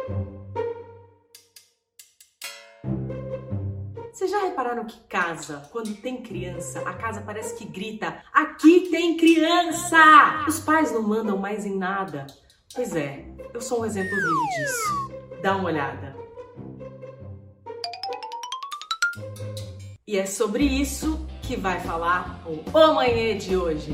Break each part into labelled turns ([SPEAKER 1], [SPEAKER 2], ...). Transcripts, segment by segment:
[SPEAKER 1] Vocês já repararam que casa, quando tem criança, a casa parece que grita: aqui tem criança! Os pais não mandam mais em nada. Pois é, eu sou um exemplo vivo disso. Dá uma olhada. E é sobre isso que vai falar o Ô Mãe de hoje.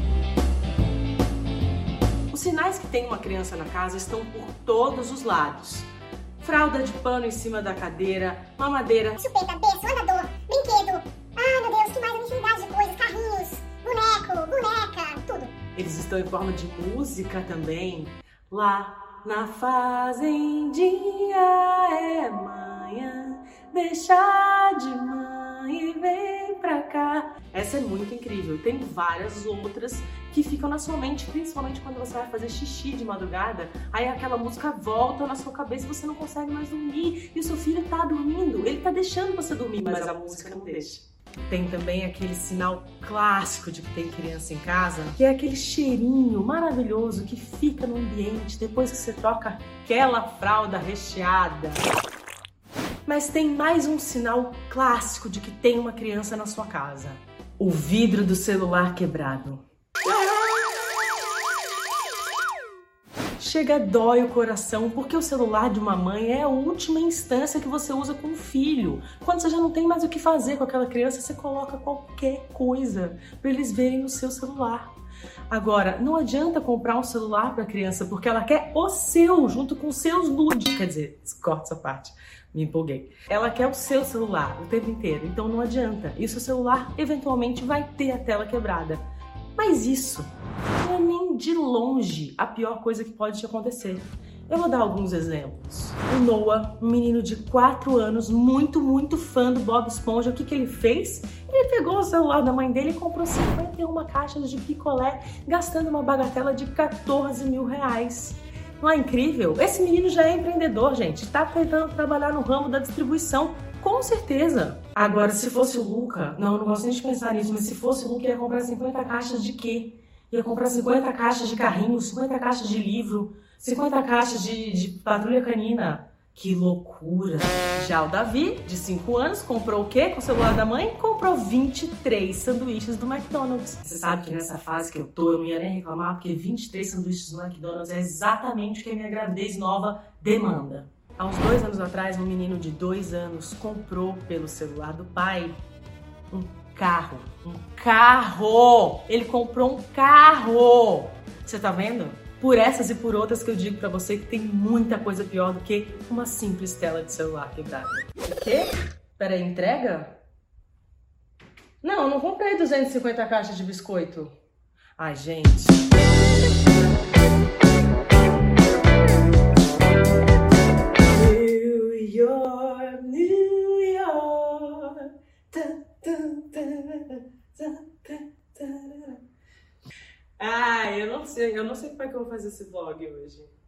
[SPEAKER 1] Os sinais que tem uma criança na casa estão por todos os lados. Fralda de pano em cima da cadeira, mamadeira,
[SPEAKER 2] chupeta, berço, andador, brinquedo. Ai, meu Deus, que mais? Uma infinidade de coisas, carrinhos, boneco, boneca, tudo.
[SPEAKER 1] Eles estão em forma de música também. Lá na fazendinha é manhã, deixa de mãe e vem pra cá. Essa é muito incrível. Tem várias outras que ficam na sua mente, principalmente quando você vai fazer xixi de madrugada. Aí aquela música volta na sua cabeça e você não consegue mais dormir. E o seu filho tá dormindo, ele tá deixando você dormir, mas a música não deixa. Tem também aquele sinal clássico de que tem criança em casa, que é aquele cheirinho maravilhoso que fica no ambiente depois que você troca aquela fralda recheada. Mas tem mais um sinal clássico de que tem uma criança na sua casa: o vidro do celular quebrado. Chega, dói o coração, porque o celular de uma mãe é a última instância que você usa com o filho. Quando você já não tem mais o que fazer com aquela criança, você coloca qualquer coisa para eles verem no seu celular. Agora, não adianta comprar um celular para a criança, porque ela quer o seu, junto com os seus nudes. Quer dizer, corta essa parte, me empolguei. Ela quer o seu celular o tempo inteiro, então não adianta. E o seu celular, eventualmente, vai ter a tela quebrada. Mas isso não é nem de longe a pior coisa que pode te acontecer. Eu vou dar alguns exemplos. O Noah, um menino de 4 anos, muito fã do Bob Esponja, o que ele fez? Ele pegou o celular da mãe dele e comprou 51 caixas de picolé, gastando uma bagatela de 14 mil reais. Não é incrível? Esse menino já é empreendedor, gente. Tá tentando trabalhar no ramo da distribuição, com certeza. Agora, se fosse o Luca, não gosto nem de pensar nisso, mas se fosse o Luca, ia comprar 50 caixas de quê? Ia comprar 50 caixas de carrinho, 50 caixas de livro, 50 caixas de patrulha canina. Que loucura! Já o Davi, de 5 anos, comprou o quê com o celular da mãe? Comprou 23 sanduíches do McDonald's. Você sabe que nessa fase que eu tô, eu não ia nem reclamar, porque 23 sanduíches do McDonald's é exatamente o que a minha gravidez nova demanda. Há uns 2 anos atrás, um menino de 2 anos comprou pelo celular do pai um carro. Um carro! Ele comprou um carro! Você tá vendo? Por essas e por outras que eu digo pra você que tem muita coisa pior do que uma simples tela de celular quebrada. O quê? Peraí, entrega? Não, eu não comprei 250 caixas de biscoito. Ai, gente. New York. Ah, eu não sei como é que eu vou fazer esse vlog hoje.